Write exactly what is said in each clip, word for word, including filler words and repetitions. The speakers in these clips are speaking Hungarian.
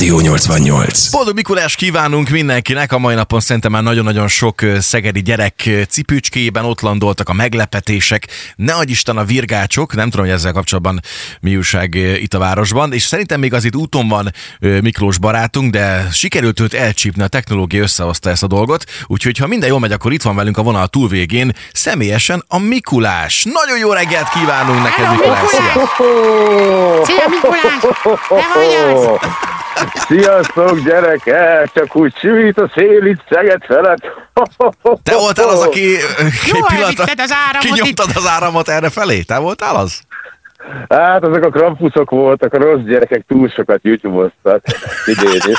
Rádió nyolcvannyolc. Boldog Mikulás kívánunk mindenkinek. A mai napon szerintem már nagyon-nagyon sok szegedi gyerek cipőcskéjében ott landoltak a meglepetések. Ne adj Isten a virgácsok, nem tudom, hogy ezzel kapcsolatban mi újság itt a városban, és szerintem még az itt úton van Miklós barátunk, de sikerült őt elcsípni, a technológia összehozta ezt a dolgot, úgyhogy ha minden jól megy, akkor itt van velünk a vonal túlvégén személyesen a Mikulás. Nagyon jó reggelt kívánunk neked, Hello, Mikulás! Mikulás! Szia, Mikulás! Te vagy az? Sziasztok, gyerekek! Csak úgy sűvít a szél itt Szeged felett. Te voltál az, aki Jól elvitted az áramot itt. kinyomtad az áramot erre felé? Te voltál az? Hát ezek a krampuszok voltak, a rossz gyerekek túl sokat YouTube-oztak. Idén is.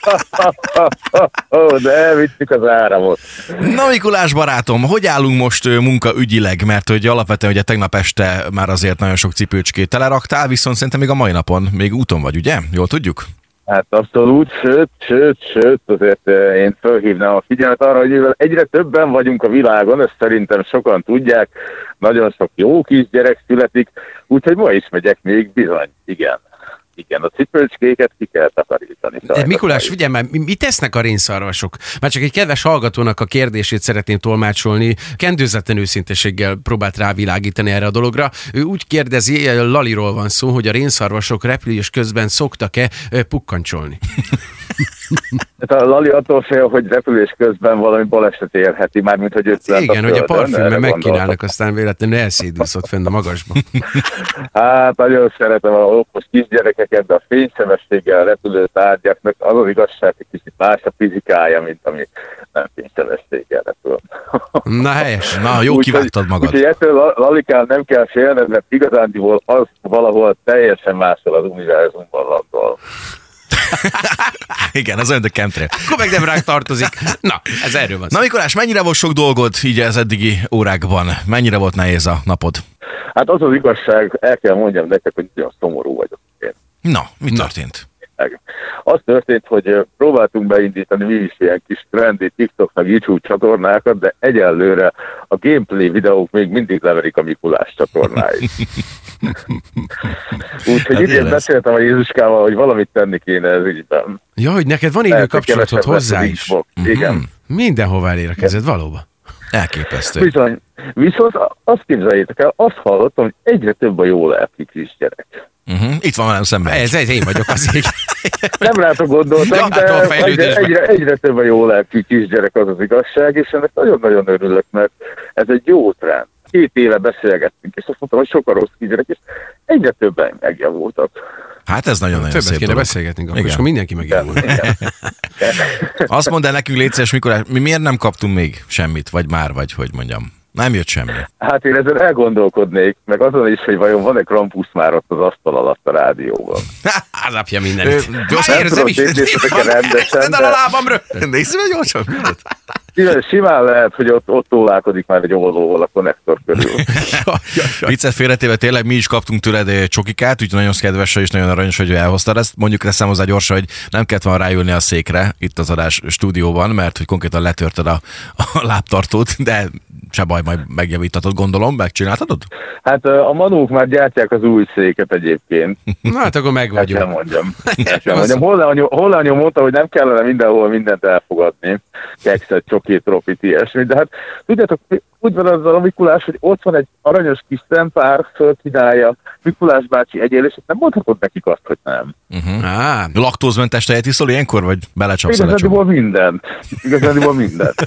De elvittük az áramot. Na Mikulás barátom, hogy állunk most munkaügyileg? Mert hogy alapvetően ugye tegnap este már azért nagyon sok cipőcskét teleraktál, viszont szerintem még a mai napon még úton vagy, ugye? Jól tudjuk? Hát abszolút, sőt, sőt, sőt, azért én felhívnám a figyelmet arra, hogy mivel egyre többen vagyunk a világon, ezt szerintem sokan tudják, nagyon sok jó kisgyerek születik, úgyhogy ma is megyek még bizony, igen. Igen, a cipőcskéket ki kell takarítani. De Mikulás, figyelj már, mit tesznek a rénszarvasok? Már csak egy kedves hallgatónak a kérdését szeretném tolmácsolni, kendőzetlen őszinteséggel próbált rávilágítani erre a dologra. Ő úgy kérdezi, Laliról van szó, hogy a rénszarvasok repülés közben szoktak-e pukkancsolni? Hát a Lali attól fél, hogy repülés közben valami baleset érheti, mármint hogy őt lent a Igen, hogy a földön, parfümben megkínálnak, aztán véletlenül elszédülsz ott fenn a magasban. Hát nagyon szeretem a okos kisgyerekeket, de a fénysebességgel repülő tárgyaknak az az igazság, hogy kicsit más a fizikája, mint ami nem fénysebességgel repül. Na helyes. Na, jó kivágtad magad. Úgyhogy ettől Lalikán nem kell félned, mert igazándiból az valahol teljesen máshol az univerzumban landol. Igen, az olyan, de chemtrail. Akkor meg nem ránk tartozik. Na, ez erről van. Na Mikulás, mennyire volt sok dolgod így az eddigi órákban? Mennyire volt nehéz a napod? Hát az az igazság, el kell mondjam nektek, hogy nagyon szomorú vagyok én. Na, mi történt? Az történt, hogy próbáltunk beindítani mi is ilyen kis trendi TikTok meg YouTube csatornákat, de egyelőre a gameplay videók még mindig leverik a Mikulás csatornáit. Úgyhogy Hát idén élesz. beszéltem a Jézuskával, hogy valamit tenni kéne ez ügyben. Ja, hogy neked van élő Lehet, hogy kapcsolatod kevesebb hozzá lesz az is. Xbox. Igen. Mindenhová elér a kezed, valóban. Elképesztő. Bizony. Viszont azt képzeljétek el, azt hallottam, hogy egyre több a jó lelkű kisgyerek. Uh-huh. Itt van velem szemben. Ez, ez én vagyok az ég. Nem rátok gondoltam, Ja, de hát a egyre, fejlődésben. egyre, egyre több a jó lelkű kisgyerek, az az igazság, és ennek nagyon-nagyon örülök, mert ez egy jó trend. Két éve beszélgettünk, és azt mondtam, hogy sok a rossz kisgyerek, és egyre többen megjavultak. Hát ez nagyon-nagyon Többet szép kéne dolog. beszélgetnünk, akkor, Igen. és akkor mindenki megjavul. Azt mondd el nekünk, légy szíves, Mikulás, mi miért nem kaptunk még semmit, vagy már, vagy hogy mondjam. Nem jött semmi. Hát én ezen elgondolkodnék, meg azon is, hogy vajon van-e krampusz már ott az asztal alatt a rádióban. Az apja mindenit. Ö, Már gyorsan érzem tudom, is. tétészetek rendesen, Érted el a de- lábamról. Nézd meg gyorsan. Simán, simán lehet, hogy ott, ott tólálkodik már egy oldóval a konnektor körül. Viccet félretéve, tényleg mi is kaptunk tőled csokikát, úgyhogy nagyon kedves és nagyon aranyos, hogy elhoztad ezt. Mondjuk teszem hozzá gyorsan, hogy nem kellett volna ráülni a székre itt az adás stúdióban, mert hogy konkrétan letörted a, a lábtartót, de se baj, majd megjavítatod, gondolom, megcsináltatod? Hát a manók már gyártják az új széket egyébként. Na hát akkor Hát sem megvagyunk. mondjam. Hát sem mondjam. Holleanyó, Holleanyó mondta, hogy nem kellene mindenhol mindent elfogadni. Kekszet, csokét, tropit, ilyesmit. De hát tudjátok, úgy van azzal a Mikulás, hogy ott van egy aranyos kis szempár, fölkínálja Mikulás bácsi egyél, és nem mondhatod nekik azt, hogy nem. Uh-huh. Á, Laktózmentes tejet iszol ilyenkor, vagy belecsapsz a lecsomó? Igazándiból mindent. Igazándiból mindent.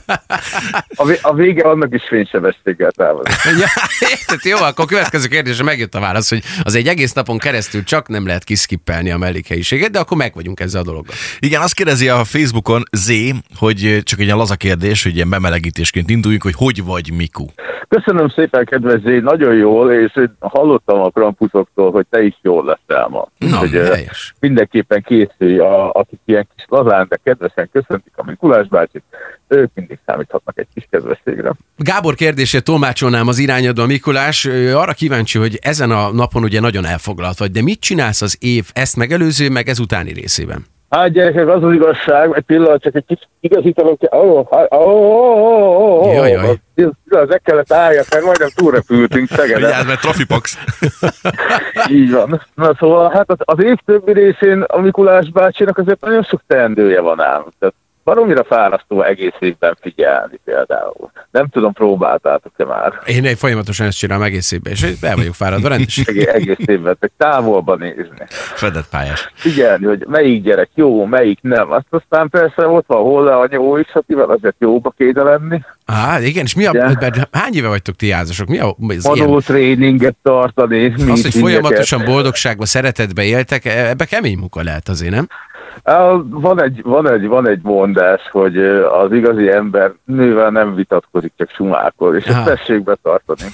A, vé- a vége annak is fénysebességgel távozik. ja, érted, jó, akkor a következő kérdésre megjött a válasz, hogy az egy egész napon keresztül csak nem lehet kiszkippelni a mellékhelyiséget, de akkor meg vagyunk ezzel a dologgal. Igen, azt kérdezi a Facebookon Z, hogy csak egy ilyen laza kérdés, hogy ilyen bemelegítésként induljunk, hogy hogy vagy, Miku? Köszönöm szépen, kedves Zé, nagyon jól, és hallottam a krampusoktól, hogy te is jól leszel ma. Na, Úgyhogy, eh, helyes. mindenképpen készülj, a, akik ilyen kis lazán, de kedvesen köszöntik a Mikulás bácsit, ők mindig számíthatnak egy kis kedvességre. Gábor kérdését tolmácsolnám az irányadó, Mikulás. Ő arra kíváncsi, hogy ezen a napon ugye nagyon elfoglalt vagy, de mit csinálsz az év ezt megelőző, meg ez utáni részében? Hát gyerekek, az az igazság, egy pillanat, csak egy kicsit igazítanom kell. Oh, oh, oh, oh, Jaj, jaj. Az meg kellett álljak, mert majdnem túlrepültünk Szegeden. Vigyázz, mert trafipax. Így van. Na szóval, hát az, az év többi részén a Mikulás bácsinak azért nagyon sok teendője van ám. Tehát baromira fárasztó egész évben figyelni például. Nem tudom, próbáltátok-e már? Én egy folyamatosan ezt csinálom egész évben, és el vagyok fáradva rendesen. Egész, egész évben, meg távolba nézni. Fedett pályás. Figyelni, hogy melyik gyerek jó, melyik nem. Azt aztán persze ott van hozzá a nyó is, akivel azért jóba kéne lenni. Á, igen, és mi a, Igen. hány éve vagytok ti házasok? Mi a, ez Adó ilyen? tréninget tartani. Az, hogy folyamatosan boldogságban, szeretetben éltek, ebbe kemény munka lehet azért, nem? Á, Van egy, van, egy, van egy mondás, hogy az igazi ember nővel nem vitatkozik, csak sumálkol, és Ah. ezt tessék betartani.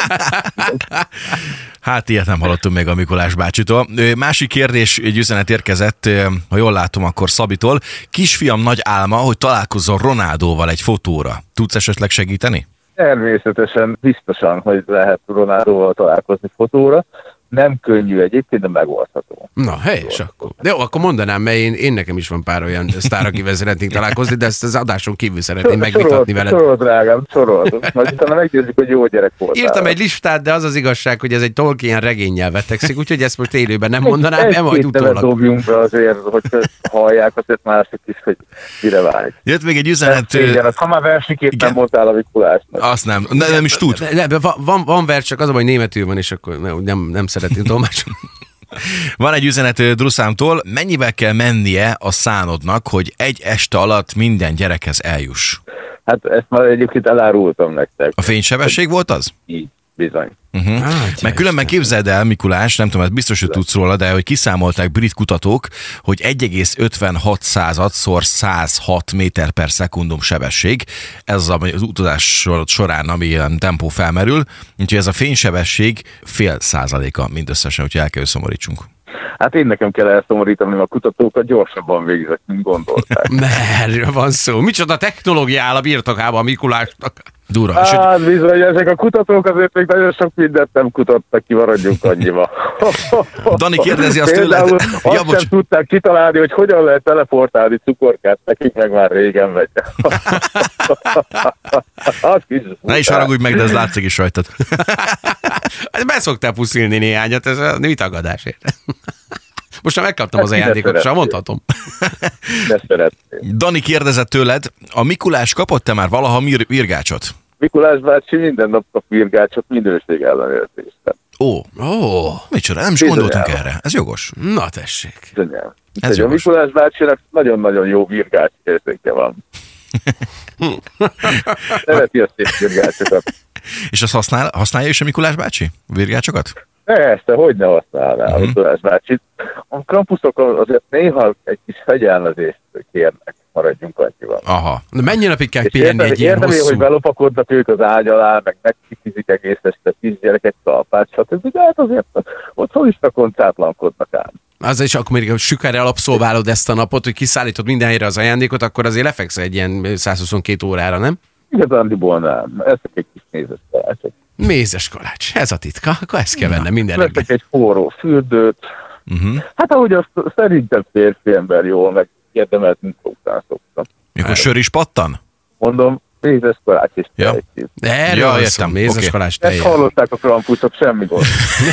Hát ilyet nem hallottunk még a Mikulás bácsitól. Ö, Másik kérdés, egy üzenet érkezett, ö, ha jól látom, akkor Szabitól. Kisfiam nagy álma, hogy találkozzon Ronaldóval egy fotóra. Tudsz esetleg segíteni? Természetesen, biztosan, hogy lehet Ronaldóval találkozni fotóra. Nem könnyű egyébként, de megoldható. Na, helyes akkor. De jó, akkor mondanám, mert én, én nekem is van pár olyan sztár, akivel szeretnénk találkozni, de ezt az adáson kívül szeretném megvitatni veled. Sorol, drágám, sorol. Majd utána meggyőzzük, hogy jó gyerek voltál. Írtam egy listát, de az az igazság, hogy ez egy Tolkien regénnyel vetekszik, úgyhogy ezt most élőben nem mondanám, de majd Egy-két nevet utólag. dobjunk be azért, hogy hallják azért mások is, hogy mire válik. Jött még egy üzenet, ö, Igen, ha már versikét igen. nem mondtál a Mikulásnak. azt nem, ne, nem is tud. De, de van, van, van vers, csak az a baj, hogy németül van, és akkor nem, nem, nem szeretném tolmácsolni. Van egy üzenet ö, Druszámtól, mennyivel kell mennie a szánodnak, hogy egy este alatt minden gyerekhez eljuss? Hát ezt már egyébként elárultam nektek. A fénysebesség volt az? Így, bizony. Uh-huh. Hát, Meg különben képzeld el, Mikulás, nem tudom, ez biztos, hogy tudsz róla, de hogy kiszámolták brit kutatók, hogy egy egész ötvenhat századszor száz hat méter per szekundum sebesség. Ez az, ami az utazás sor- során, ami ilyen tempó felmerül. Úgyhogy ez a fénysebesség fél százaléka mindösszesen, úgyhogy el kell, hogy szomorítsunk. Hát én nekem kell elszomorítani, mert a kutatókat gyorsabban végzek, mint gondolták. Merről van szó. Micsoda technológia áll a birtokában a Mikulásnak. Durva. És hogy Hát bizony, ezek a kutatók azért még nagyon sok mindent nem kutattak ki, maradjunk annyiba. Dani kérdezi azt tőled- Például Ja, azt bocs. sem tudták kitalálni, hogy hogyan lehet teleportálni cukorkát, nekik meg már régen megy. Az kis ne is haragudj meg, de ez látszik is rajtad. Hát be szoktál puszilni néhányat, ez a mi tagadás, érted? Most már megkaptam Hát az ide ajándékot, és már szeretnél. mondhatom. De szeretném. Dani kérdezett tőled, a Mikulás kapott-e már valaha mir- virgácsot? Mikulás bácsi minden nap kap virgácsot minőség ellenőrzésben. Ó, Ó, micsoda, nem is Bizonyára. gondoltunk erre. Ez jogos. na tessék. Bizonyán. Ez Ez a jogos. Mikulás bácsinak nagyon-nagyon jó virgács érzéke van. Szereti a szép virgácsokat. És azt használ, használja is a Mikulás bácsi? Virgácsokat? Persze, hogy ne használnál Mhm. uh-huh. a Mikulás bácsit. A Krampusok azért néha egy kis fegyelmezést kérnek, maradjunk annyival. Aha. Na mennyi napig kell És pihenni értem, egy ilyen értem én, hosszú? hogy belopakodnak ők az ágy alá, meg megkifizik egész este kisgyerekek talpát, stb. De hát azért otthon is koncátlankodnak ám. Az is akkor még sükerre alapszolválod ezt a napot, hogy kiszállítod minden helyre az ajándékot, akkor azért lefekszel egy ilyen százhuszonkettő órára, nem? Igazándiból nem. Ezek egy kis nézes talácsok. Mézes kalács, ez a titka, akkor ezt kell vennem minden reggel. Veszek egy forró fürdőt. Uh-huh. Hát ahogy azt szerintem férfi ember jól, meg érdemelt munka után szoktam. Mikor sör is pattan? Mondom, mézes kalács és Ja. tejcsíz. Erről Ja, ja, értem, szó, mézes oké. kalács Ezt teljel. hallották a krampusok, semmi gond.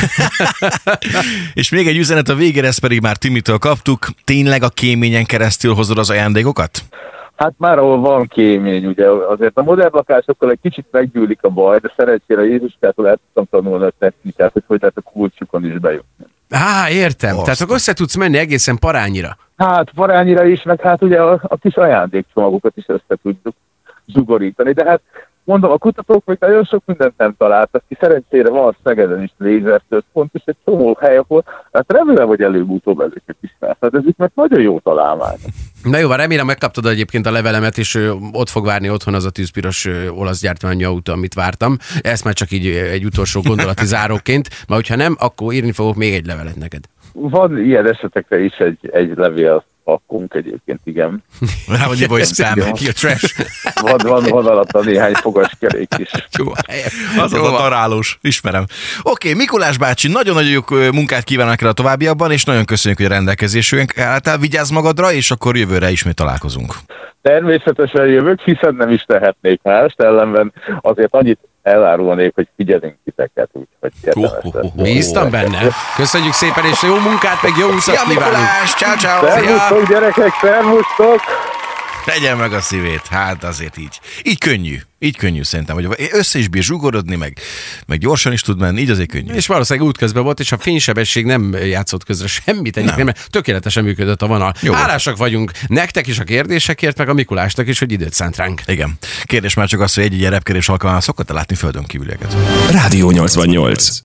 És még egy üzenet a végére, ezt pedig már Timitől kaptuk. Tényleg a kéményen keresztül hozod az ajándékokat? Hát már ahol van kémény, ugye azért a modern lakásokkal egy kicsit meggyűlik a baj, de szerencsére Jézuskától el tudtam tanulni a technikát, hogy hogy lehet a kulcsukon is bejutni. Á, értem. Azt. Tehát akkor össze tudsz menni egészen parányira. Hát parányira is, meg hát ugye a, a kis ajándékcsomagokat is össze tudjuk zsugorítani, de hát mondom, a kutatók még nagyon sok mindent nem találtak ki, szerencsére van Szegeden is lézertörpont, és egy csomó hely, ahol hát remélem, hogy előbb-utóbb ezeket is felfedezik, mert nagyon jó találmány. Na jó, remélem megkaptad egyébként a levelemet, és ö, ott fog várni otthon az a tűzpiros ö, olasz gyártmányú autó, amit vártam. Ezt már csak így ö, egy utolsó gondolati záróként, mert hogyha nem, akkor írni fogok még egy levelet neked. Van ilyen esetekre is egy, egy levél pakkunk egyébként, igen. Rá vagy hogy spam. Ki a trash. Van, van, van alatta néhány fogaskerék is. Jó, Az az a darálós, ismerem. Oké, okay, Mikulás bácsi, nagyon-nagyon jó munkát kívánok neked a továbbiakban, és nagyon köszönjük, hogy a rendelkezésünk álltál. Vigyázz magadra, és akkor jövőre ismét találkozunk. Természetesen jövök, hiszen nem is tehetnék mást, ellenben azért annyit elárulnék, hogy figyelünk titeket, úgyhogy érdemes oh, oh, oh. Bíztam benne. Köszönjük szépen, és jó munkát, meg jó utat Szia, kívánunk. Mikulás, ciao, ciao. Szervusztok, gyerekek, szervusztok! Tegyen meg a szívét, hát azért így. Így könnyű, így könnyű szerintem, hogy össze is bír zsugorodni, meg, meg gyorsan is tud menni, így azért könnyű. És valószínűleg útközben volt, és a fénysebesség nem játszott közre semmit egyébként, mert tökéletesen működött a vonal. Jó. Hálásak vagyunk nektek is a kérdésekért, meg a Mikulásnak is, hogy időt szánt ránk. Igen. Kérdés már csak az, hogy egy-egy repkedés alkalmával szokott látni földön kívülieket. Rádió nyolcvannyolc.